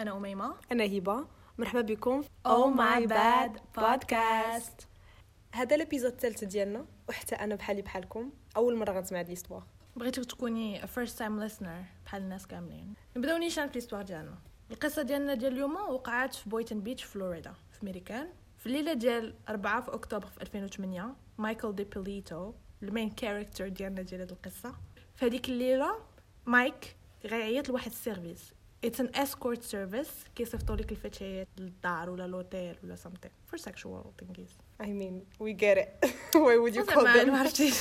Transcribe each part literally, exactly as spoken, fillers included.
أنا أميمة. أنا هبة. مرحبا بكم في Oh My Bad Podcast. هذا الابيزود الثالث ديالنا، وحتى أنا بحالي بحالكم أول مرة غنسمع هاد ليستوار. بغيتك تكوني a first time listener بحال الناس كاملين. نبداو نيشان في ليستوار ديالنا. القصة ديالنا ديال اليوم وقعت في بويتن بيتش فلوريدا في أمريكان في الليلة ديال أربعة في أكتوبر في ألفين وثمانية. مايكل دي بيليتو المين كاركتر ديالنا ديال هاد القصة. في هذيك الليلة مايك غيعيط لواحد السيرفيس. It's an escort service كيصيفطوا لك الفتيات للدار ولا لوتيل ولا something for sexual things. I mean we get it. Why would you call them? ما عرفتيش.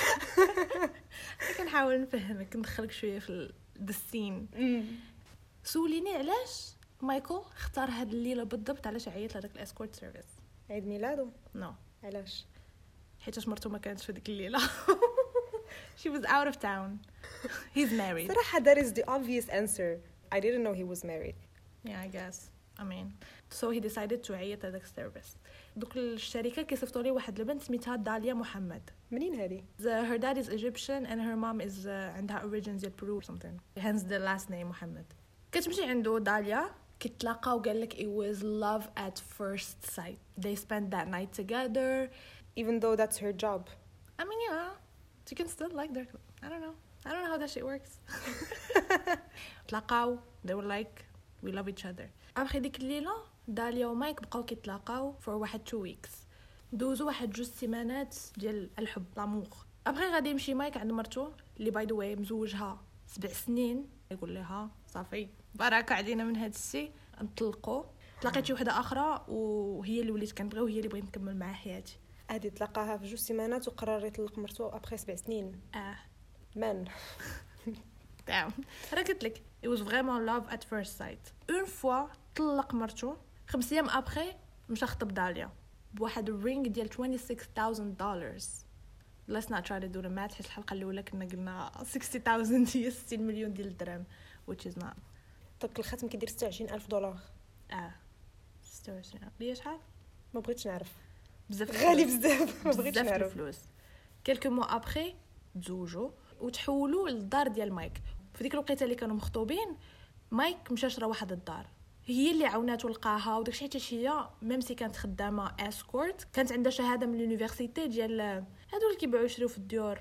كنحاول نفهمك ندخلك شويه في the scene. سوليني علاش مايكل اختار هاد الليله بالضبط، علاش عيط لهداك الاسكورت سيرفيس؟ عيد ميلاده؟ نو no. علاش؟ حيت مرته ما كانتش في ديك الليله. She was out of town. He's married. صراحة that is the obvious answer. I didn't know he was married. Yeah, I guess. I mean, so he decided to عيط هذاك السيرفيس. دوك الشركة كيصيفطوا لي واحد البنت سميتها داليا محمد. منين هذه؟ Her dad is Egyptian and her mom is uh, عندها origins ديال Peru or something. Hence the last name محمد. كتمشي عنده داليا كتلاقى وقال لك it was love at first sight. They spent that night together. Even though that's her job. I mean, yeah, she can still like their. I don't know. I don't know how that shit works. تلاقاو. They were like, we love each other. أبخي ديك الليلة داليا ومايك بقاو كيتلاقاو for واحد two weeks. دوزو واحد جوج سيمانات ديال الحب لامور. أبخي غادي يمشي مايك عند مرتو اللي باي ذا واي مزوجها سبع سنين. يقول لها صافي بركة علينا من هاد الشيء نطلقوا. تلاقيت شي وحده اخرى وهي اللي وليت كنبغي وهي اللي بغيت نكمل معها حياتي. هادي تلاقاها في جوج سيمانات وقرر يطلق مرتو ابخي سبع سنين. اه من تمام راه قلت لك it was vraiment love at first sight. اون فوا طلق مرتو خمس ايام ابخي مشى خطب داليا بواحد الرينج ديال twenty-six thousand dollars. let's not try to do the math. حيت الحلقه الاولى كنا قلنا sixty thousand هي ستين مليون ديال الدرهم which is not. داك الخاتم كيدير ستة وعشرين ألف دولار. اه ستة وعشرين ليه شحال؟ ما بغيتش نعرف بزاف غالي بزاف. ما بغيتش بزاف نعرف الفلوس. كلكو مو ابخي تزوجوا وتحولوا للدار ديال مايك. في ديك الوقيته اللي كانوا مخطوبين مايك مشى شرا واحد الدار هي اللي عاوناتو لقاها وداكشي حتى هي ميمسي كانت خدامه اسكورت كانت عندها شهاده من اليونيفرسيتي ديال هادو اللي كيبيعوا يشريو في الديور.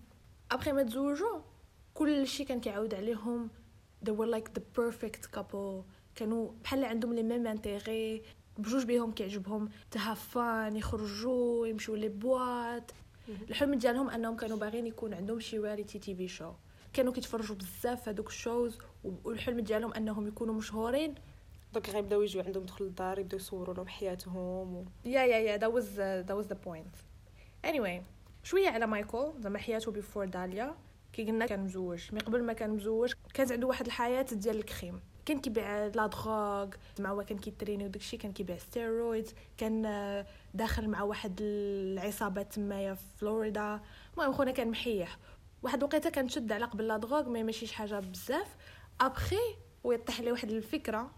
ابخي ما تزوجوا كل شيء كان كيعاود عليهم. they were like the perfect couple. كانوا بحال عندهم لي ميم انتيغي بجوج بيهم كيعجبهم تهافان يخرجوا يمشوا لي بواط. الحلم ديالهم انهم كانوا باغيين يكون عندهم شي رياليتي تي في شو. كانوا كيتفرجوا بزاف هذوك الشوز والحلم ديالهم انهم يكونوا مشهورين. دونك غيبداو يجوا عندهم دخل الدار يبداو يصوروا لهم حياتهم و... يا يا يا that was uh, that was the point. anyway شويه على مايكل زعما حياته بيفور داليا. كي قلنا كان مزوج مي قبل ما كان مزوج كانت عنده واحد الحياه ديال الكخيم. كان كيبيع لا دروغ مع هو كان كيتريني وداكشي. كان كيبيع ستيرويدز. كان داخل مع واحد العصابات تمايا في فلوريدا. المهم خونا كان محيح. واحد وقيته كان شد على قبل لا دروغ مي ماشي شي حاجه بزاف. ابخي ويطيح لي واحد الفكره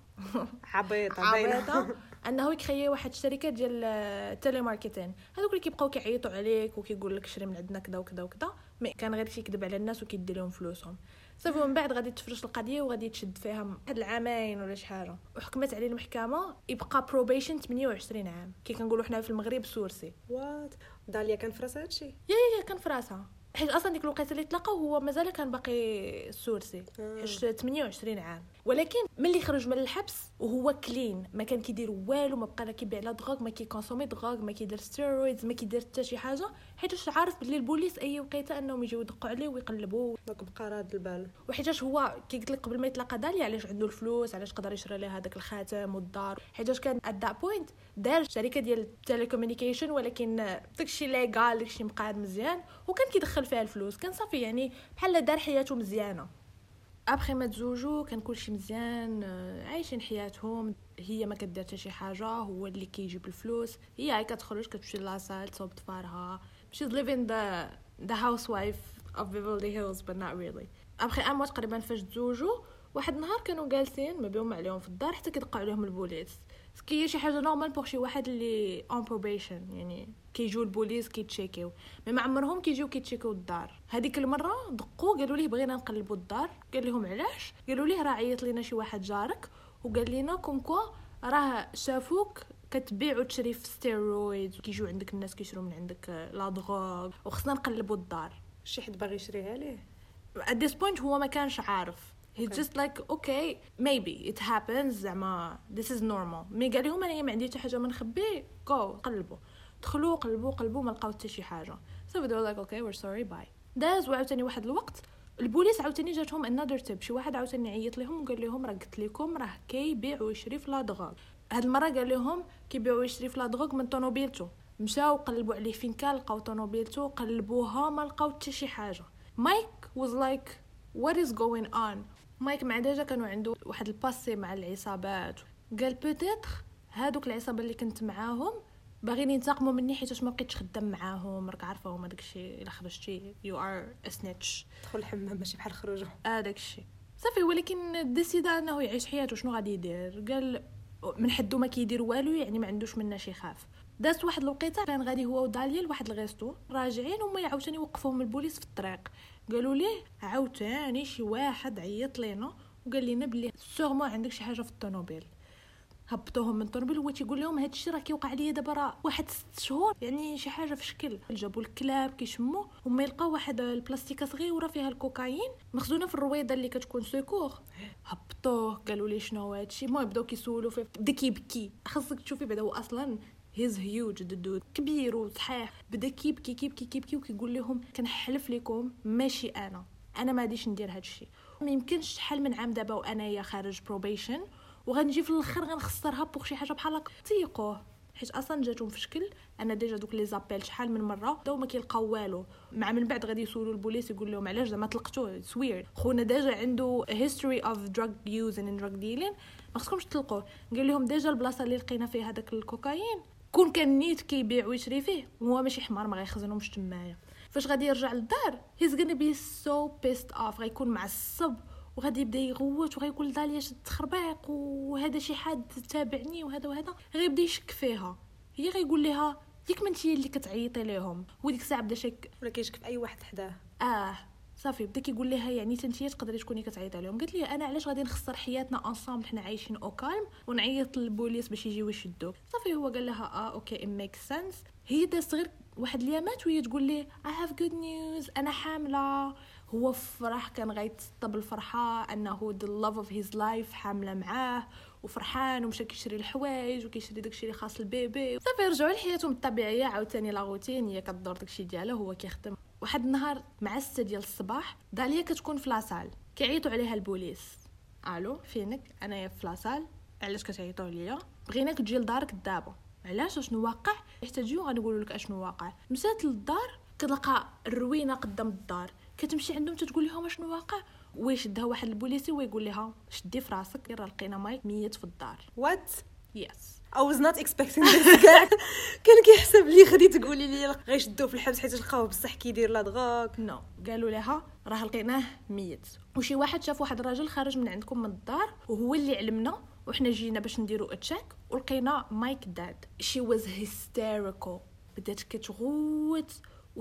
عبيطه عبيطه انه يكري واحد الشركه ديال التيلي ماركتين. هذوك اللي كيبقاو كيعيطوا عليك وكيقول لك شري من عندنا كذا وكذا وكذا. مي كان غير كيكذب على الناس وكيدي لهم فلوسهم. صافي من بعد غادي تفرش القضيه وغادي تشد فيها واحد العامين ولا شي حاجه وحكمت عليه المحكمه يبقى بروبيشن ثمانية وعشرين عام. كي كنقولوا حنا في المغرب سورسي. وات داليا كان فراسها هادشي. يا يا كان فراسها حيت اصلا ديك الوقيته اللي تلاقاو هو مازال كان باقي سورسي حيت ثمانية وعشرين عام. ولكن ملي خرج من الحبس وهو كلين ما كان كيدير والو. ما بقى لا كيبيع لا دروغ ما كيكونسومي دروغ ما كيدير ستيرويدز ما كيدير حتى شي حاجه. حيت عارف بلي البوليس اي وقيته انهم يجيو يدقوا عليه ويقلبوه. دونك بقى راد البال. وحيتاش هو كي قلت لك قبل ما يتلاقى داليا علاش عنده الفلوس علاش قدر يشري لها هذاك الخاتم والدار. حيتاش كان ات ذات بوينت دار شركه ديال التيليكومونيكيشن ولكن داكشي ليغال داكشي مقاد مزيان وكان كيدخل فيها الفلوس. كان صافي يعني بحال دار حياته مزيانه. ابخي ما تزوجوا كان كلشي مزيان عايشين حياتهم. هي ما كدير حتى شي حاجه هو اللي كيجيب الفلوس. هي هاي كتخرج كتمشي لاصال تصوب طفارها. she's living the the housewife of Beverly Hills but not really. ابخي اموت تقريبا فاش تزوجوا واحد النهار كانوا جالسين ما بيهم عليهم في الدار حتى كيدقوا عليهم البوليس. سكي شي حاجه نورمال بوغ شي واحد اللي اون بروبيشن يعني كيجيو البوليس كيتشيكيو. مي ما عمرهم كيجيو كيتشيكيو الدار. هذيك المره دقوا قالوا ليه بغينا نقلبوا الدار. قال لهم علاش؟ قالوا ليه راه عيط لينا شي واحد جارك وقال لنا كوم كوا راه شافوك كتبيع وتشري في ستيرويد كيجيو عندك الناس كيشرو من عندك لا دغوغ وخصنا نقلبوا الدار. شي حد باغي يشريها ليه at this point هو ما كانش عارف. he okay. just like okay maybe it happens زعما this is normal. مي قال لهم انا ما عندي حتى حاجه ما نخبي go قلبوا دخلوا قلبوا قلبوا ما لقاو حتى شي حاجه. so they were like okay we're sorry bye. داز وعاوتاني واحد الوقت البوليس عاوتاني جاتهم another tip. شي واحد عاوتاني عيط لهم وقال لهم راه قلت لكم راه كيبيع ويشري في لا دغوغ. هاد المره قال لهم كيبيع ويشري في لا دغوغ من طونوبيلتو. مشاو قلبوا عليه فين كان لقاو طونوبيلتو قلبوها ما لقاو حتى شي حاجه. مايك was like what is going on. مايك مع ديجا كانوا عنده واحد الباسي مع العصابات. قال بوتيتر هادوك العصابه اللي كنت معاهم باغيين ينتقموا مني حيت ما بقيتش خدام معاهم. راك عارفه هما داكشي الا خرجتي you are a snitch دخل الحمام ماشي بحال خروجه هذاك الشيء صافي. ولكن ديسيدا انه يعيش حياته. شنو غادي يدير؟ قال من حدو ما كيدير والو يعني ما عندوش منا شي خاف. دازت واحد الوقيته كان غادي هو وداليا لواحد الغيستو راجعين وما عاوتاني وقفوهم البوليس في الطريق. قالوا ليه عاوتاني شي واحد عيط لينا وقال لنا بلي سورمون عندك شي حاجه في الطوموبيل. هبطوهم من الطوموبيل هو تيقول لهم هذا الشيء راه كيوقع ليا دابا راه واحد ست شهور يعني شي حاجه في شكل. جابوا الكلاب كيشموا وما يلقاو واحد البلاستيكه صغيره فيها الكوكايين مخزونه في الرويضه اللي كتكون سيكور. هبطوه قالوا لي شنو هو هادشي. المهم بداو كيسولوا فيه بدا كيبكي. خاصك تشوفي بعدا هو اصلا هيز هيوج دودو كبير وصحيح. بدا كيبكي كيبكي كيبكي وكيقول لهم كنحلف لكم ماشي انا انا ما غاديش ندير هادشي. ما يمكنش شحال من عام دابا وانايا خارج بروبيشن وغنجي في الاخر غنخسرها بوغ شي حاجه بحال هكا. تيقوه حيت اصلا جاتهم في شكل انا ديجا دوك لي زابيل شحال من مره بداو ما كيلقاو والو. مع من بعد غادي يسولوا البوليس يقول لهم علاش زعما طلقتوه سوير خونا ديجا عنده هيستوري اوف دراج يوز اند دراج ديلين ما خصكمش تطلقوه. قال لهم ديجا البلاصه اللي لقينا فيها هذاك الكوكايين كون كان نيت كيبيع ويشري فيه وهو ماشي حمار ما غيخزنهمش تمايا. فاش غادي يرجع للدار هيز غادي بي سو بيست اوف غيكون معصب وغادي يبدا يغوت وغيقول داليا شد تخربيق وهذا شي حد تابعني وهذا وهذا. غيبدا يشك فيها. هي غيقول لها ياك ما انتي اللي كتعيطي ليهم. وديك الساعه بدا شك ولا كيشك في اي واحد حداه. اه صافي بدا كيقول لها يعني تنتي تقدري تكوني كتعيطي عليهم. قالت لي انا علاش غادي نخسر حياتنا انصامبل حنا عايشين او كالم ونعيط للبوليس باش يجيو يشدوك. صافي هو قال لها اه اوكي ات ميك سنس. هي دازت غير واحد اليامات وهي تقول لي I have good news انا حامله. هو فرح كان غيتصطب الفرحه انه the love of his life حامله معاه وفرحان ومشى كيشري الحوايج وكيشري داكشي اللي خاص البيبي. صافي رجعوا لحياتهم الطبيعيه. عاوتاني لا روتين هي كدور داكشي ديالها هو كيخدم. واحد النهار مع الستة ديال الصباح داليا كتكون في لاصال كيعيطوا عليها البوليس. الو فينك انايا في لاصال علاش كتعيطوا عليا بغيناك تجي لدارك دابا. علاش شنو واقع؟ حتى تجيو غنقول لك اشنو واقع. مشات للدار كتلقى الروينه قدام الدار كتمشي عندهم تتقول لهم شنو واقع. ويشدها واحد البوليسي ويقول لها شدي في راسك راه لقينا مايك ميت في الدار. وات يس I was not expecting this كاع. كان كيحسب لي غادي تقولي لي غيشدوه في الحبس حيت لقاوه بصح كيدير لا دغاك. نو no. قالوا لها راه لقيناه ميت وشي واحد شاف واحد الراجل خارج من عندكم من الدار وهو اللي علمنا وحنا جينا باش نديروا اتشيك ولقينا مايك داد. she was hysterical. بدات كتغوت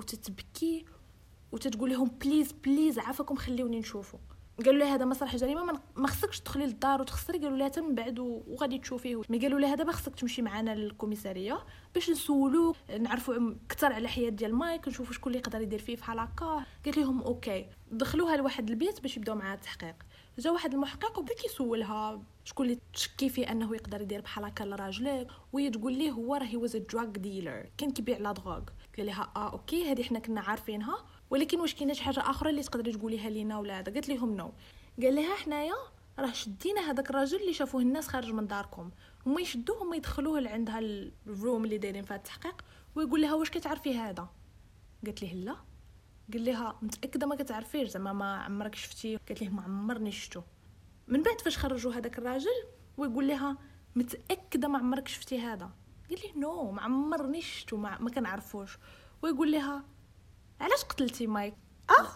وتتبكي وتتقول لهم بليز بليز عافاكم خليوني نشوفه. قالوا لها هذا مسرح جريمه ما خصكش تدخلي للدار وتخسري. قالوا لها حتى من بعد وغادي تشوفيه. مي قالوا لها دابا خصك تمشي معنا للكوميساريه باش نسولو نعرفوا اكثر على الحياه ديال مايك نشوفوا شكون اللي يقدر يدير فيه بحال هكا. قالت لهم اوكي. دخلوها لواحد البيت باش يبداو معها التحقيق. جا واحد المحقق وبدا كيسولها شكون اللي تشكي فيه انه يقدر يدير بحال هكا لراجلك. وهي تقول ليه هو راه هي واز ا دراغ ديلر كان كيبيع لا دروغ. قال لها اه اوكي هذه حنا كنا عارفينها ولكن واش كاينه شي حاجه اخرى اللي تقدري تقوليها لينا ولا هذا؟ قالت لهم نو. قال لها حنايا راه شدينا هذاك الراجل اللي شافوه الناس خارج من داركم هما يشدوه هما يدخلوه لعندها الروم اللي دايرين فيها التحقيق ويقول لها واش كتعرفي هذا؟ قالت ليه لا. قال لها متاكده ما كتعرفيش زعما ما عمرك شفتيه؟ قالت ليه ما عمرني شفتو. من بعد فاش خرجوا هذاك الراجل ويقول لها متاكده ما عمرك شفتي هذا؟ قال ليه نو ما عمرني شفتو ما, ما كنعرفوش. ويقول لها علاش قتلتي مايك؟ اه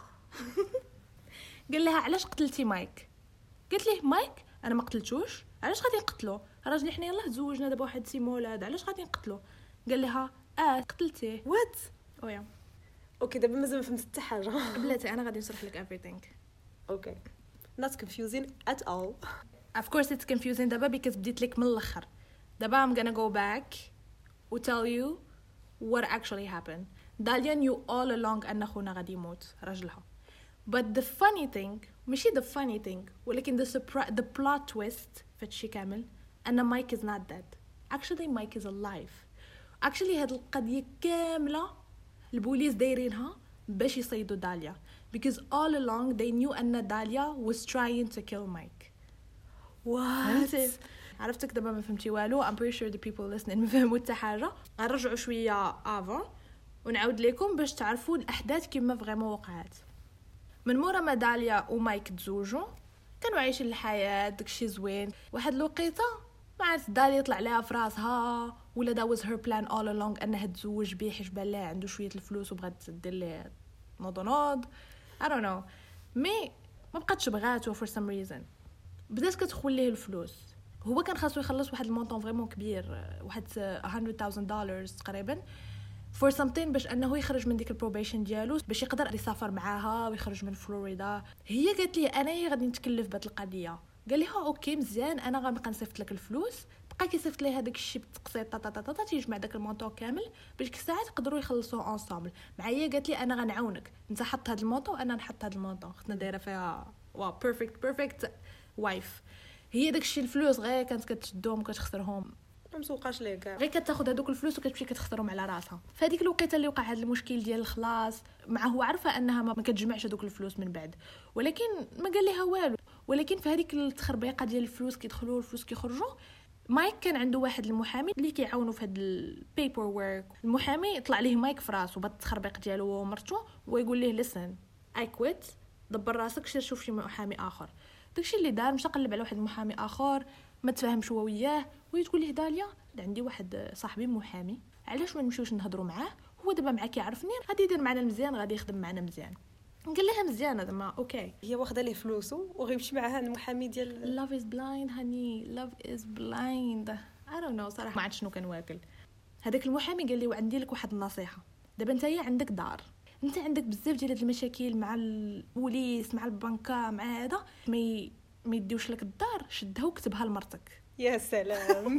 قال لها علاش قتلتي مايك؟ قالت ليه مايك انا ما قتلتوش علاش غادي نقتلو راجلي حنا يلاه تزوجنا دابا واحد سي مولاد علاش غادي نقتلو؟ قال لها اه قتلتيه. وات اويا اوكي دابا مازال ما فهمت حتى حاجه. بلاتي انا غادي نشرح لك everything. اوكي not confusing at all. of course it's confusing دابا because بديت لك من الاخر. دابا I'm gonna go back و tell you what actually happened. داليا knew all along ان خونا غادي يموت راجلها. But the funny thing ماشي the funny thing ولكن the surprise the plot twist فهادشي كامل ان Mike is not dead. Actually Mike is alive. Actually هاد القضية كاملة البوليس دايرينها باش يصيدوا داليا because all along they knew ان داليا was trying to kill Mike. What? عرفتك دابا ما فهمتي والو. I'm pretty sure the people listening ما فهموا حتى حاجة. غنرجعوا شوية افون ونعاود لكم باش تعرفوا الاحداث كيما فريمون وقعت. من مورا ما داليا ومايك تزوجوا كانوا عايشين الحياه داكشي زوين. واحد الوقيته ما عرفت داليا طلع لها في راسها ولا دا was her plan all along انها تزوج بيه حيت بان لها عنده شويه الفلوس وبغات دير ليه نوض نوض I don't know. مي ما بقاتش بغاتو for some reason. بدات كتخول ليه الفلوس. هو كان خاصو يخلص واحد المونطون فريمون كبير واحد one hundred thousand دولار تقريبا for something باش انه يخرج من ديك البروبيشن ديالو باش يقدر يسافر معاها ويخرج من فلوريدا. هي قالت لي انا غادي نتكلف بهاد القضيه. قال لها اوكي مزيان انا غنبقى نصيفط لك الفلوس. بقى كيصيفط ليها داك الشيء بالتقسيط طا طا طا تيجمع داك المونطون كامل باش ديك الساعه يقدروا يخلصوا انصامبل. معايا قالت لي انا غنعاونك انت حط هاد المونطون وانا نحط هاد المونطون. خدنا دايره فيها واو بيرفكت بيرفكت وايف. هي داك الشيء الفلوس غير كانت كتشدهم وكتخسرهم ما مسوقاش ليه كاع غير كتاخذ هذوك الفلوس وكتمشي كتخسرهم على راسها. فهاديك الوقيته اللي وقع هذا المشكل ديال الخلاص مع هو عارفه انها ما كتجمعش هذوك الفلوس من بعد ولكن ما قال لها والو. ولكن في هذيك التخربيقه ديال الفلوس كيدخلوا الفلوس كيخرجوا مايك كان عنده واحد المحامي اللي كيعاونوا في هذا البيبر ورك. المحامي طلع ليه مايك في راسو بالتخربيق ديالو ومرته ويقول ليه لسن اي كويت دبر راسك سير شوف شي محامي اخر. داكشي اللي دار مشى قلب على واحد المحامي اخر ما تفاهمش هو وياه وهي تقول ليه داليا عندي واحد صاحبي محامي علاش ما نمشيوش نهضروا معاه هو دابا معاه كيعرفني غادي يدير معنا مزيان غادي يخدم معنا مزيان. قال لها مزيان هذا ما اوكي. هي واخده ليه فلوسو وغيمشي معها المحامي ديال love is blind honey love is blind I don't know صراحه ما عرفت شنو كان واكل. هذاك المحامي قال لي وعندي لك واحد النصيحه. دابا نتايا عندك دار انت عندك بزاف ديال هاد المشاكل مع البوليس مع البنكه مع هذا ما ما يديوش لك الدار شدها وكتبها لمرتك. يا سلام.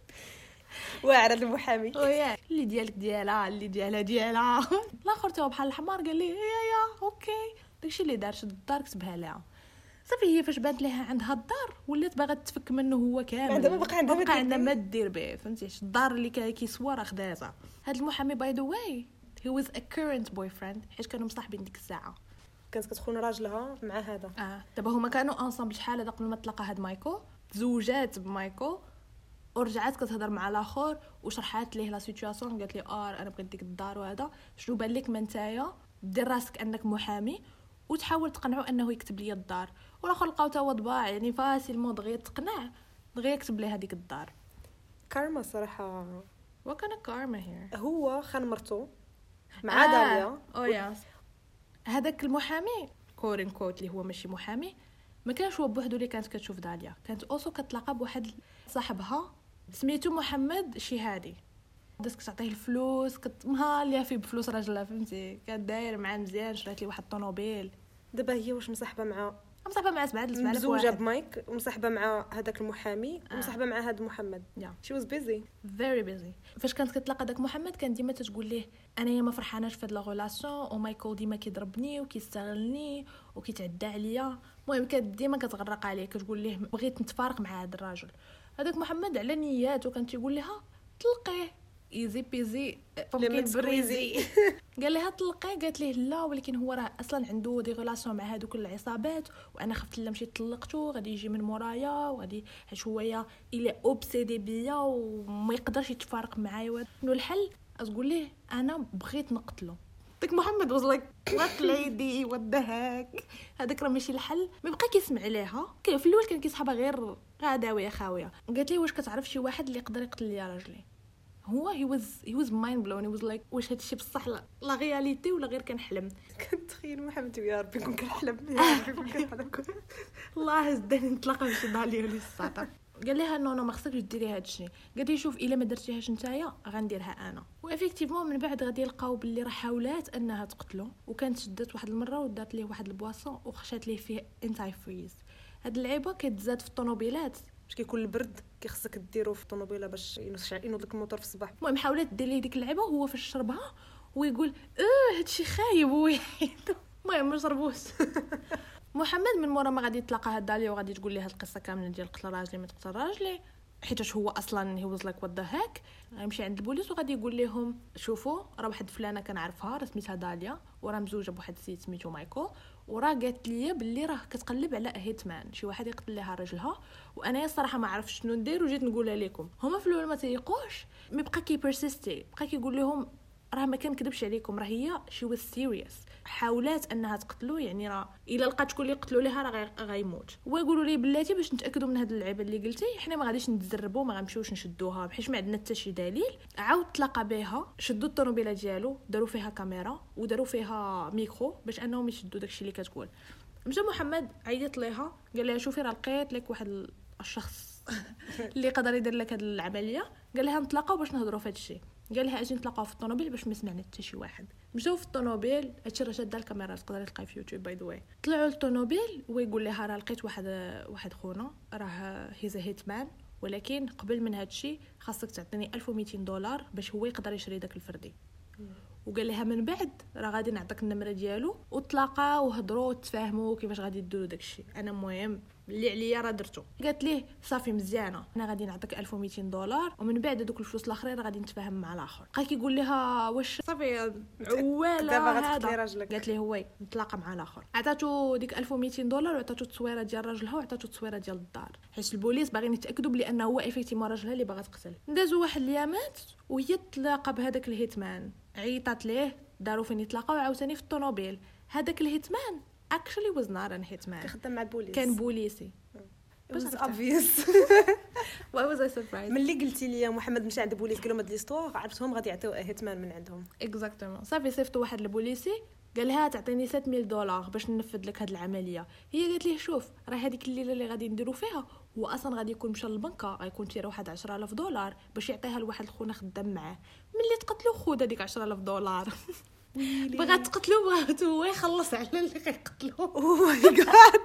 واعر المحامي ويا اللي ديالك ديالها اللي ديالها ديالها. الاخر تو بحال الحمار قال لي يا يا اوكي داكشي اللي دار شد الدار كتبها لها. صافي هي فاش بانت لها عندها الدار ولات باغا تفك منه هو كامل. عندها ما بقى عندها ما بقى عندها ما دير به فهمتي. الدار اللي كيسوا راه خداتها. هاد المحامي باي ذا واي he was a current boyfriend حيت كانوا مصاحبين ديك الساعه. كانت كتخون راجلها مع هذا. اه دابا هما كانوا انصامبل شحال هذا قبل ما تلاقى هاد مايكو. تزوجات بمايكو ورجعت كتهضر مع الاخر وشرحات ليه لا سيتوياسيون. قالت لي اه انا بغيت ديك الدار وهذا شنو بان لك ما نتايا دير راسك انك محامي وتحاول تقنعه انه يكتب لي الدار. والاخر لقاو تا هو ضباع يعني فاسيلمون دغيا تقنع دغيا يكتب لي هذيك الدار. كارما صراحه وكان كارما هير. هو خان مرتو مع آه. داليا او ياس هذاك المحامي كورين كوت اللي هو ماشي محامي ما كانش هو بوحدو اللي كانت كتشوف داليا. كانت اوسو كتلاقى بواحد صاحبها سميتو محمد شهادي. داك تعطيه الفلوس كتمهاليه فيه بفلوس راجلها فهمتي. كان داير معاه مزيان شرات لي واحد الطوموبيل. دابا هي واش مصاحبه مع مصاحبه مع سبعه سبعه مزوجه بمايك ومصاحبه مع هذاك المحامي آه. ومصاحبه مع هذا محمد. yeah. she was busy very busy. فاش كانت كتلاقى داك محمد كان ديما تتقول ليه انا ما فرحاناش في هاد لا ريلاسيون ومايكل ديما كيضربني وكيستغلني وكيتعدى عليا. المهم كانت ديما كتغرق عليه كتقول ليه بغيت نتفارق مع هذا الراجل. هذاك محمد على نياته كان تيقول لها طلقيه ايزي بيزي فمكن بريزي. قال لها طلقيه قالت ليه لا ولكن هو راه اصلا عنده دي ريلاسيون مع هادوك العصابات وانا خفت لما مشيت طلقته غادي يجي من مورايا وغادي شويه الى اوبسيدي بيا وما يقدرش يتفارق معايا. شنو الحل؟ تقول ليه انا بغيت نقتله. داك محمد واز لايك وات ليدي وات ذا هاك. هذاك راه ماشي الحل. ما بقى كيسمع ليها. في الاول كان كيصحابها غير غداويه خاويه. قالت لي واش كتعرف شي واحد اللي يقدر يقتل لي راجلي؟ هو he was he was mind blown. he was like واش هادشي بصح لا رياليتي ولا غير كنحلم. كنتخيل محمد يا ربي كون كنحلم يا ربي كون كنحلم. الله زدني نتلاقى بشي داليا ولا الساطه. قال لها نو نو ما خصكش ديري هادشي. قالت لي شوف الا ما درتيهاش نتايا غنديرها انا. وافيكتيفمون من بعد غادي يلقاو باللي راه حاولات انها تقتلو وكانت شدات واحد المره ودات ليه واحد البواسون وخشات ليه فيه انتاي فريز. هاد اللعيبه كيتزاد في الطوموبيلات باش كيكون البرد كيخصك ديرو في الطوموبيله باش ينوض لك الموتور في الصباح. المهم حاولت دير ليه ديك اللعيبه وهو فاش شربها ويقول اه هادشي خايب ويحيد. المهم ما شربوش. محمد من مورا ما غادي يتلاقى هاد داليا وغادي تقول ليه هاد القصه كامله ديال قتل راجلي ما تقتل راجلي، حيتاش هو اصلا هي واز لايك وات ذا هاك. غيمشي عند البوليس وغادي يقول لهم شوفوا راه واحد فلانه كنعرفها راه سميتها داليا وراه مزوجه بواحد السيد سميتو مايكل، وراه قالت لي باللي راه كتقلب على هيتمان شي واحد يقتل لها راجلها، وانا الصراحه ما عرفتش شنو ندير وجيت نقولها لكم. هما في الاول ما تيقوش مي بقى كي بيرسيستي بقى كيقول لهم راه ما كنكذبش عليكم راه هي شي واز سيريس حاولات انها تقتلو، يعني راه الا لقات شكون اللي يقتلوا ليها راه غيموت. ويقولوا لي بلاتي باش نتاكدوا من هاد اللعيبه اللي قلتي حنا ما غاديش نتزربوا ما غنمشيوش نشدوها بحيث ما عندنا حتى شي دليل. عاود تلاقى بها شدوا الطوموبيله ديالو داروا فيها كاميرا وداروا فيها ميكرو باش انهم يشدوا داكشي اللي كتقول. مشى محمد عيط ليها قال لها شوفي راه لقيت لك واحد الشخص اللي يقدر يدير لك هاد العمليه. قال لها نتلاقاو باش نهضروا في هادشي. قال لها اجي نتلاقاو في الطوموبيل باش ما سمعنا حتى شي واحد. مشاو في الطوموبيل هادشي راه شاده الكاميرا تقدري تلقاي في يوتيوب باي ذا واي. طلعوا للطوموبيل ويقول لها راه لقيت واحد واحد خونا راه هيز هيتمان ولكن قبل من هادشي خاصك تعطيني ألف ومئتين دولار باش هو يقدر يشري داك الفردي. وقال لها من بعد راه غادي نعطيك النمره ديالو وتلاقاو وهضروا وتفاهموا كيفاش غادي ديروا داكشي. انا المهم اللي عليا راه درتو. قالت ليه صافي مزيانه انا غادي نعطيك ألف ومئتين دولار ومن بعد دوك الفلوس الاخرين راه غادي نتفاهم مع الاخر. بقى كيقول لها واش صافي عواله هذا. قالت ليه هو نتلاقى مع الاخر. عطاتو ديك ألف ومئتين دولار وعطاتو التصويره ديال راجلها وعطاتو التصويره ديال الدار حيت البوليس باغيين يتاكدوا بلي انه هو ايفيكتيمون راجلها اللي باغا تقتل. دازوا واحد اليامات وهي تلاقى بهذاك الهيتمان عيطات ليه داروا فين يتلاقاو عاوتاني في الطوموبيل. هذاك الهيتمان actually was not an hitman كيخدم مع البوليس كان بوليسي. بس obvious. why was I surprised ملي قلتي لي محمد مشى عند البوليس قال لهم هاد ليستوار عرفتهم غادي يعطيو هيتمان من عندهم. exactement. صافي صيفطوا واحد البوليسي قال لها تعطيني سبعمية دولار باش ننفذ لك هاد العمليه. هي قالت ليه شوف راه هذيك الليله اللي غادي نديرو فيها هو اصلا غادي يكون مشى للبنكه غيكون تيرا واحد عشرة آلاف دولار باش يعطيها لواحد الخونه خدام معاه. ملي تقتلو خود هذيك عشرة آلاف دولار بغات تقتلو بغات هو يخلص على اللي غيقتلو. او ماي جاد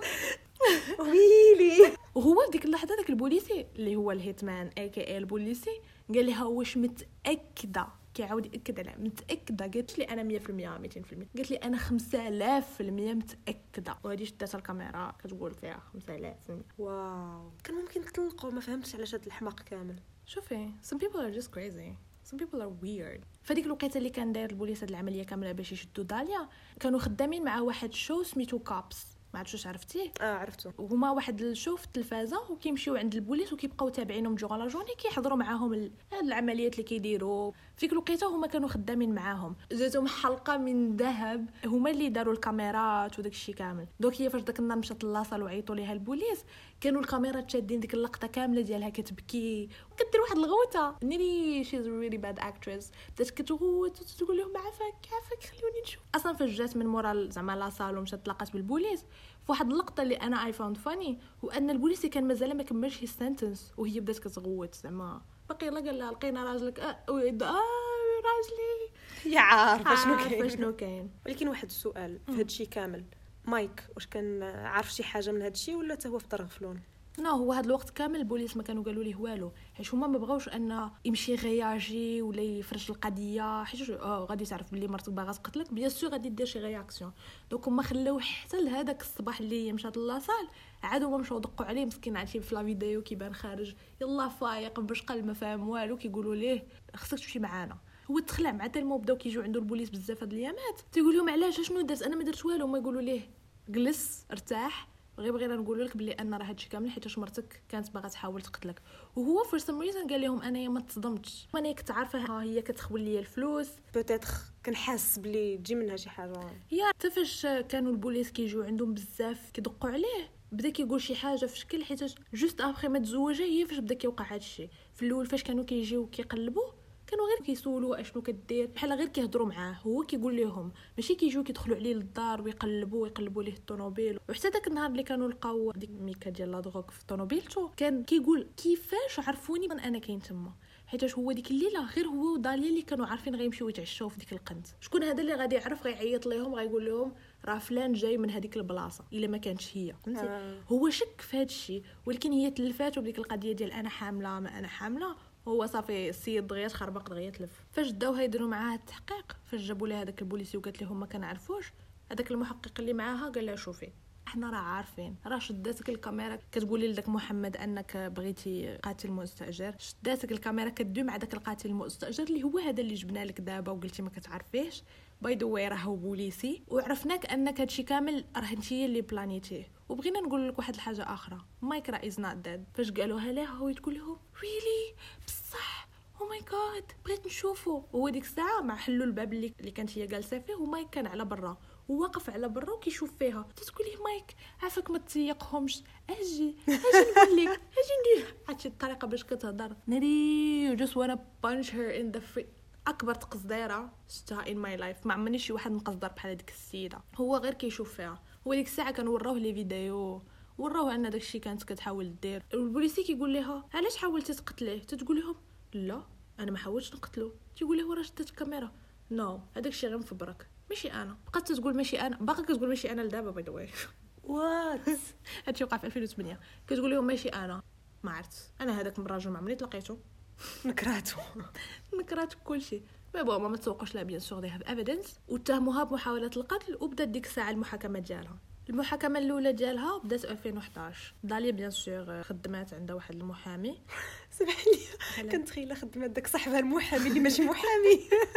ويلي. وهو ديك اللحظه داك البوليسي اللي هو الهيتمان اي كي البوليسي قال لها واش متاكده كيعاود ياكد على متاكده. قالت لي انا مية في المية مئتين في المية. قالت لي انا خمسة آلاف في المية متاكده. وهذه شدات الكاميرا كتقول فيها خمسة آلاف في المية. واو كان ممكن تطلقوا ما فهمتش علاش هاد الحماق كامل. شوفي some people are just crazy some people are weird. فديك الوقيته اللي كان داير البوليس هاد العمليه كامله باش يشدوا داليا كانوا خدامين مع واحد شو سميتو كابس ما عرفتش واش عرفتيه. اه عرفتو. وهما واحد الشو في التلفازه وكيمشيو عند البوليس وكيبقاو تابعينهم جو لا جورني كيحضروا معاهم ال... هاد العمليات اللي كيديروا. فيك الوقيته هما كانوا خدامين معاهم جاتهم حلقه من ذهب هما اللي داروا الكاميرات وداك الشيء كامل. دوك هي فاش داك النهار مشات لاصال وعيطوا ليها البوليس كانوا الكاميرات شادين ديك اللقطه كامله ديالها كتبكي وكدير واحد الغوته نيري شيز ريلي باد اكتريس بدات كتغوت وتقول لهم عافاك عافاك خلوني نشوف. اصلا فاش جات من مورا زعما لاصال ومشات تلاقات بالبوليس فواحد اللقطه اللي انا اي فاوند فاني وان البوليس كان مازال ما كملش السنتنس وهي بدات كتغوت زعما باقي لا قال لها لقينا راجلك اه, آه راجلي يا عارفه شنو كاين شنو كاين. ولكن واحد السؤال في هادشي كامل مايك واش كان عارف شي حاجه من هادشي ولا حتى هو في طرغفلون؟ لا هو هذا الوقت كامل البوليس ما كانوا قالوا ليه والو حيت هما ما بغاوش ان يمشي غياجي ولا يفرش القضيه حيت اه غادي تعرف بلي مرتك باغا تقتلك بيان سور غادي دير شي رياكسيون. دونك هما خلاو حتى لهداك الصباح اللي مشات لاصال عاد هما مشاو دقوا عليه مسكين عرفتي في لا فيديو كيبان خارج يلا فايق باش قال ما فاهم والو كيقولوا ليه خصك تمشي معانا. هو تخلع مع تلمو بداو كيجيو عنده البوليس بزاف هاد الايامات تيقول لهم علاش شنو درت انا ما درت والو. ما يقولوا ليه جلس ارتاح غير بغينا نقول لك بلي ان راه هادشي كامل حيت مرتك كانت باغا تحاول تقتلك. وهو فور سم ريزن قال لهم انايا ما تصدمتش انا كنت عارفه ها هي كتخول لي الفلوس بوتيتر كان حاس بلي تجي منها شي حاجه. يا حتى فاش كانوا البوليس كيجيو عندهم بزاف كيدقوا عليه بدا كيقول شي حاجه في شكل حيت جوست ابري ما تزوجه هي فاش بدا كيوقع هادشي. في الاول فاش كانوا كيجيو كيقلبوا كانوا غير كيسولوا اشنو كدير بحال غير كيهضروا معاه هو كيقول لهم ماشي كيجيو كيدخلوا عليه للدار ويقلبوا ويقلبوا ليه الطوموبيل. وحتى داك النهار اللي كانوا لقاو ديك ميكا ديال لا دروك في طوموبيلته كان كيقول كيفاش عرفوني من انا كاين تما حيت هو ديك الليله غير هو وداليا اللي كانوا عارفين غيمشيو يتعشاو في ديك القنت. شكون هذا اللي غادي يعرف غيعيط ليهم غيقول لهم راه فلان جاي من هذيك البلاصه الا ما كانتش هي فهمتي. آه. هو شك في هذا الشيء، ولكن هي تلفات بديك القضيه ديال انا حامله ما انا حامله. هو صافي السيد دغيا تخربق دغيا تلف. فاش داوها يديروا معاها التحقيق، فاش جابوا لها هذاك البوليسي وقالت لهم ما كنعرفوش، هذاك المحقق اللي معاها قال لها شوفي احنا راه عارفين، راه شداتك الكاميرا كتقولي لذاك محمد انك بغيتي قاتل مستاجر، شداتك الكاميرا كدوي مع داك القاتل المستاجر اللي هو هذا اللي جبنا لك دابا وقلتي ما كتعرفيش. باي ذا واي راه هو بوليسي، وعرفناك انك هادشي كامل راه انت اللي بلانيتيه. وبغينا نقول لك واحد الحاجه اخرى، مايك راه از نوت ديد. فاش قالوها لها هو تقول لهم ريلي بصح او ماي جاد بغيت نشوفه. هو ديك الساعه مع حلوا الباب اللي اللي كانت هي جالسه فيه ومايك كان على برا وواقف على برا وكيشوف فيها. تقول ليه مايك عافاك ما تسيقهمش، اجي اجي نقول لك اجي ندير هادشي الطريقه باش كتهضر ناري just wanna punch her in the face. اكبر تقصديره شفتها in my life. ما عمرني شي واحد مقصدر بحال هذيك السيده، هو غير كيشوف فيها. هو ديك الساعه كان وراوه لي فيديو وراوه ان داكشي كانت كتحاول دير. البوليسي كيقول لها علاش حاولتي تقتليه؟ تتقول لهم لا انا ما حاولتش نقتلو. تيقول له راه شدت الكاميرا نو no. هذاك الشيء غير مفبرك ماشي انا. بقات تقول ماشي انا، باقا كتقول ماشي انا لدابا باي ذا واي وات هادشي وقع في ألفين وثمانية. كتقول لهم ماشي انا، ما عرفت انا هذاك الراجل ما عمرني تلاقيته نكراتو نكرات كل شيء. ما بابا ما تسوقش لا بيان سور دي هاف ايفيدنس. واتهموها بمحاوله القتل وبدات ديك الساعه المحاكمه ديالها. المحاكمه الاولى ديالها بدات ألفين وحداش. داليا بيان سور خدمات عندها واحد المحامي. سمحني كنتخيل خدمات داك صاحبها المحامي اللي ماشي محامي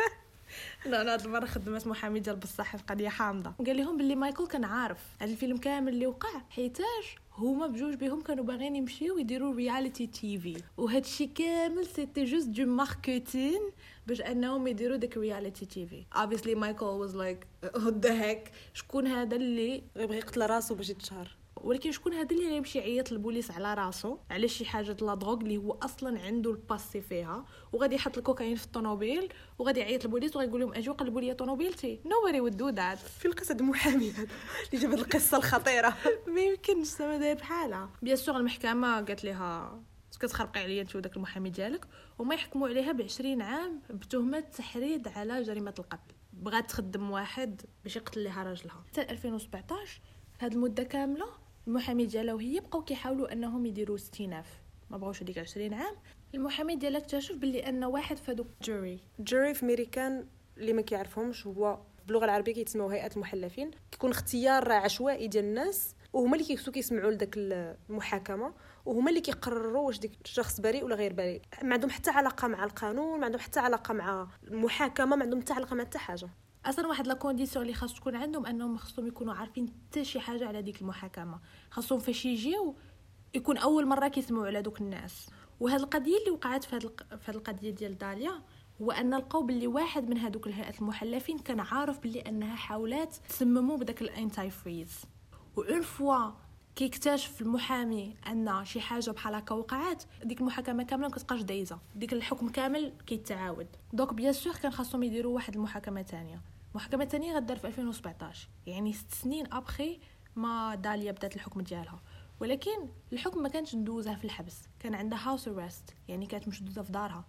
لا لا هاد المره خدمت محامي ديال بصح القضيه حامضه. قال لهم باللي مايكل كان عارف هذا الفيلم كامل اللي وقع حيتاج هما بجوج بهم كانوا باغيين يمشيو يديروا رياليتي تي في، وهذا الشيء كامل سيتي جوست دو ماركتين باش انهم يديروا داك رياليتي تي في. obviously مايكل واز لايك what the heck شكون هذا اللي يبغي يقتل راسو باش يتشهر. ولكن شكون هذا اللي غيمشي يعيط للبوليس على راسو على شي حاجه لا دروغ اللي هو اصلا عنده الباسي فيها، وغادي يحط الكوكايين في الطوموبيل وغادي يعيط للبوليس وغيقول لهم اجيو قلبوا لي طوموبيلتي. nobody would do that. في القصه المحامي هذا اللي جاب القصه الخطيره ما يمكنش زعما داير بحالها. بيان سور المحكمه قالت لها كتخربقي عليا انت وداك المحامي ديالك، وما يحكموا عليها بعشرين عام بتهمه تحريض على جريمه القتل. بغات تخدم واحد باش يقتل لها راجلها. حتى ألفين وسبعطاش هاد المده كامله المحامي ديالها وهي بقاو كيحاولوا انهم يديروا استئناف، ما بغاوش هذيك عشرين عام. المحامي ديالها اكتشف باللي ان واحد فادو جوري جوري في امريكان اللي ما كيعرفهمش هو باللغه العربيه كيتسموا هيئه المحلفين. كيكون اختيار عشوائي ديال الناس وهما اللي كيكسو كيسمعوا لذاك المحاكمه وهما اللي كيقرروا واش ديك الشخص بريء ولا غير بريء. ما عندهم حتى علاقه مع القانون، ما عندهم حتى علاقه مع المحاكمه، ما عندهم حتى علاقه مع حتى حاجه. اصلا واحد لا كونديسيون اللي خاص تكون عندهم انهم خاصهم يكونوا عارفين حتى شي حاجه على ديك المحاكمه. خاصهم فاش يجيو يكون اول مره كيسمعوا على دوك الناس. وهذه القضيه اللي وقعت في هذه في هذه القضيه ديال داليا هو ان لقاو باللي واحد من هذوك الهيئات المحلفين كان عارف باللي انها حاولات تسمموا بداك الانتي فريز. وان فوا كيكتشف المحامي ان شي حاجه بحال هكا وقعت، ديك المحاكمه كامله ما كتبقاش دايزه، ديك الحكم كامل كيتعاود. دونك بيان سور كان خاصهم يديروا واحد المحاكمه ثانيه. المحاكمه الثانيه غدار في ألفين وسبعطاش، يعني ست سنين ابخي ما داليا بدات الحكم ديالها. ولكن الحكم ما كانش ندوزها في الحبس، كان عندها هاوس ارست، يعني كانت مشدوده في دارها.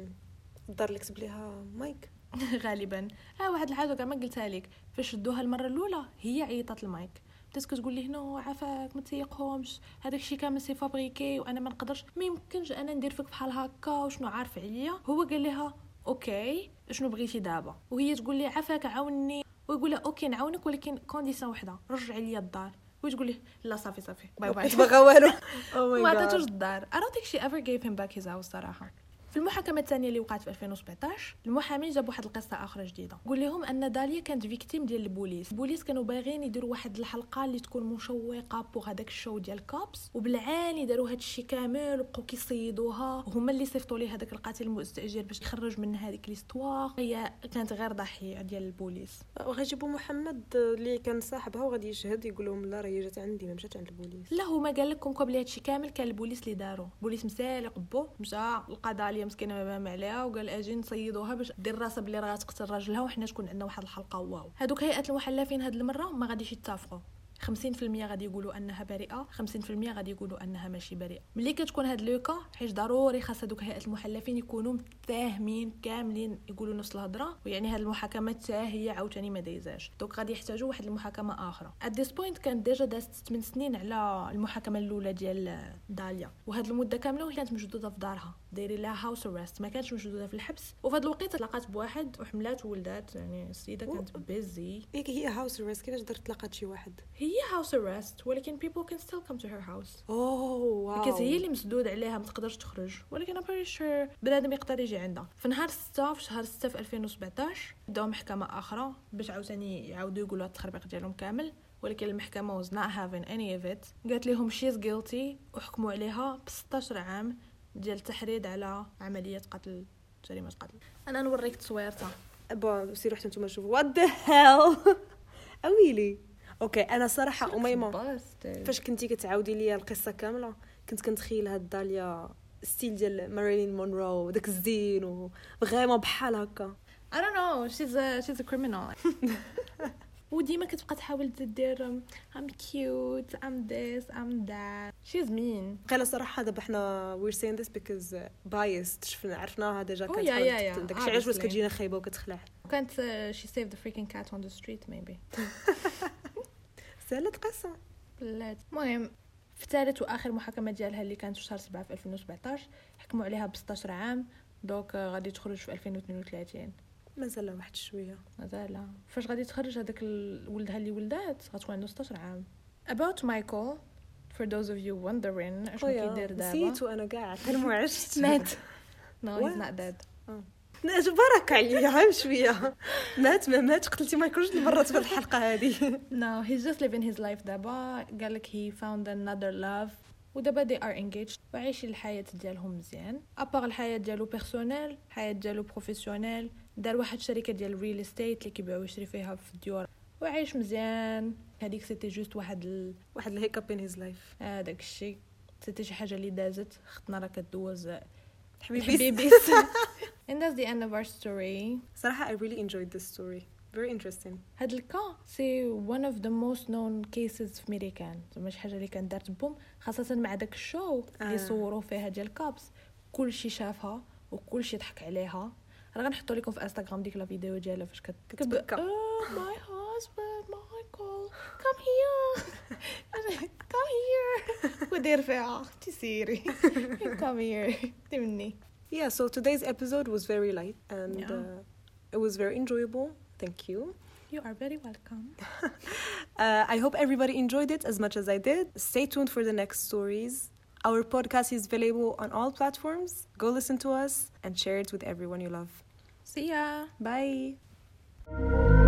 الدار اللي كتب ليها مايك غالبا. ها واحد الحاجه كاع ما قلتها لك، فاش شدوها المره الاولى هي عيطت لمايك، بدات كتقول لي هنا عافاك ما تيقهمش هذاك الشيء كامل سي فابريكي وانا ما نقدرش، ما يمكنش انا ندير فيك بحال هكا وشنو عارف عليا. هو قال لها اوكي شنو بغيتي دابا، وهي تقول لي عافاك عاوني، ويقول لها اوكي نعاونك ولكن كونديسيون وحده، رجع لي الدار. وتقول لي لا صافي صافي باي باي ما بغا والو. ما عطاتوش الدار. I don't think she ever gave him back his house صراحه. في المحاكمه الثانيه اللي وقعت في ألفين وسبعطاش المحامي جاب واحد القصه اخرى جديده، قال لهم ان داليا كانت فيكتيم ديال البوليس. البوليس كانوا باغيين يديروا واحد الحلقه اللي تكون مشوقه بوغ هذاك الشو ديال كوبس، وبالعاني داروا هذا الشيء كامل وبقاو كيصيدوها، وهما اللي صيفطوا ليه هذاك القاتل المستاجر باش يخرج من هذيك ليستوار. هي كانت غير ضحيه ديال البوليس. وغيجيبوا محمد اللي كان صاحبها وغادي يشهد يقول لهم لا راه جات عندي ما مشات عند البوليس. لا هما قال لكم قبل هذا الشيء كامل كان البوليس اللي داروا. البوليس مسالي قبو مشى لقى داليا مسكينه ما عليها وقال اجي نصيدوها باش دير راسها بلي راه تقتل راجلها وحنا تكون عندنا واحد الحلقه واو. هذوك هيئه المحلفين هاد المره ما غاديش يتفقوا، خمسين بالمية غادي يقولوا انها بريئه، خمسين بالمية غادي يقولوا انها ماشي بريئه. ملي كتكون هاد لوكا حيت ضروري خاص هذوك هيئه المحلفين يكونوا فاهمين كاملين يقولوا نفس الهضره، ويعني هاد المحاكمه حتى هي عاوتاني ما دايزاش، دونك غادي يحتاجوا واحد المحاكمه اخرى. ات ذيس بوينت كانت ديجا دازت ثمانية سنين على المحاكمه الاولى ديال داليا، وهاد المده كامله كانت موجوده في دارها دايرين لها هاوس ارست، ما كانتش موجوده في الحبس. وفي هاد الوقت تلاقات بواحد وحملات وولدات، يعني السيده كانت بيزي. ياك هي هاوس ارست كيفاش درت تلاقات شي واحد؟ هي هاوس ارست ولكن people can still come to her house. اوه واو. كانت هي اللي مسدود عليها ما تقدرش تخرج، ولكن I'm pretty sure بنادم يقدر يجي عندها. في نهار ستة في شهر ستة في ألفين وسبعطاش بداو محكمه اخرى باش عاوتاني يعاودوا يقولوا التخربيق ديالهم كامل، ولكن المحكمه was not having any of it. قالت لهم she's guilty وحكموا عليها ب ستة عشر عام ديال التحريض على عمليه قتل، جريمه قتل. انا نوريك تصويرتها. بون سيروا حتى نتوما شوفوا وات ذا هيل اويلي. اوكي انا صراحه اميمه فاش كنتي كتعاودي لي القصه كامله كنت كنتخيل هاد داليا ستيل ديال ماريلين مونرو داك الزين وغيما بحال هكا. I don't know, she's a she's a criminal. وديما كتبقى تحاول تدير I'm cute, I'm this, I'm that. She's mean. قيله صراحه دابا حنا we're saying this because biased شفنا عرفناها ديجا Oh, كانت yeah, yeah, yeah. داكشي علاش واش كتجينا خايبه وكتخلع. كانت uh, she saved the freaking cat on the street maybe. سالت قصه. بلات. المهم في ثالث واخر محاكمه ديالها اللي كانت في شهر سبعة في ألفين وسبعطاش حكموا عليها ب ستة عشر عام، دوك غادي تخرج في ألفين واثنين وثلاثين. مازال واحد شويه مازال. فاش غادي تخرج هذاك ولدها اللي ولدات غتكون عنده ستة عشر عام. About Michael, for those of you wondering اشنو كيدير دابا. نسيتو انا كاع حلم عشت. مات. No, he's not dead. نجبرك عليا عام شويه. مات ما مات قتلتي ما يكونش المرات في الحلقه هذه. No, he's just living his life دابا. قال لك he found another love ودابا they are engaged وعايشين الحياه ديالهم مزيان. ابار الحياه ديالو بيرسونيل، الحياه ديالو بروفيسيونيل، دار واحد شركه ديال الريل استيت اللي كيبيعوا ويشري فيها في الديور وعايش مزيان. هذيك سيتي جوست واحد ال... واحد الهيكاب ان هيز لايف. هذاك الشيء سيتي شي حاجه اللي دازت، اختنا راه كدوز حبيبي حبيبي. And that's the end of our story. صراحه I really enjoyed this story. Very interesting. هاد الكا سي one of the most known cases في ميريكان، زعما شي حاجه اللي كانت دارت بوم، خاصه مع داك الشو اللي آه. صوروا فيها ديال كابس، كلشي شافها وكلشي ضحك عليها. راه غنحطوا لكم في انستغرام ديك لا فيديو ديالها فاش كتبكى. oh my husband Michael come here come here ودير فيها تسيري come here تمني. Yeah, so today's episode was very light and Yeah. uh, it was very enjoyable. Thank you. You are very welcome. uh, I hope everybody enjoyed it as much as I did. Stay tuned for the next stories. Our podcast is available on all platforms. Go listen to us and share it with everyone you love. See ya. Bye.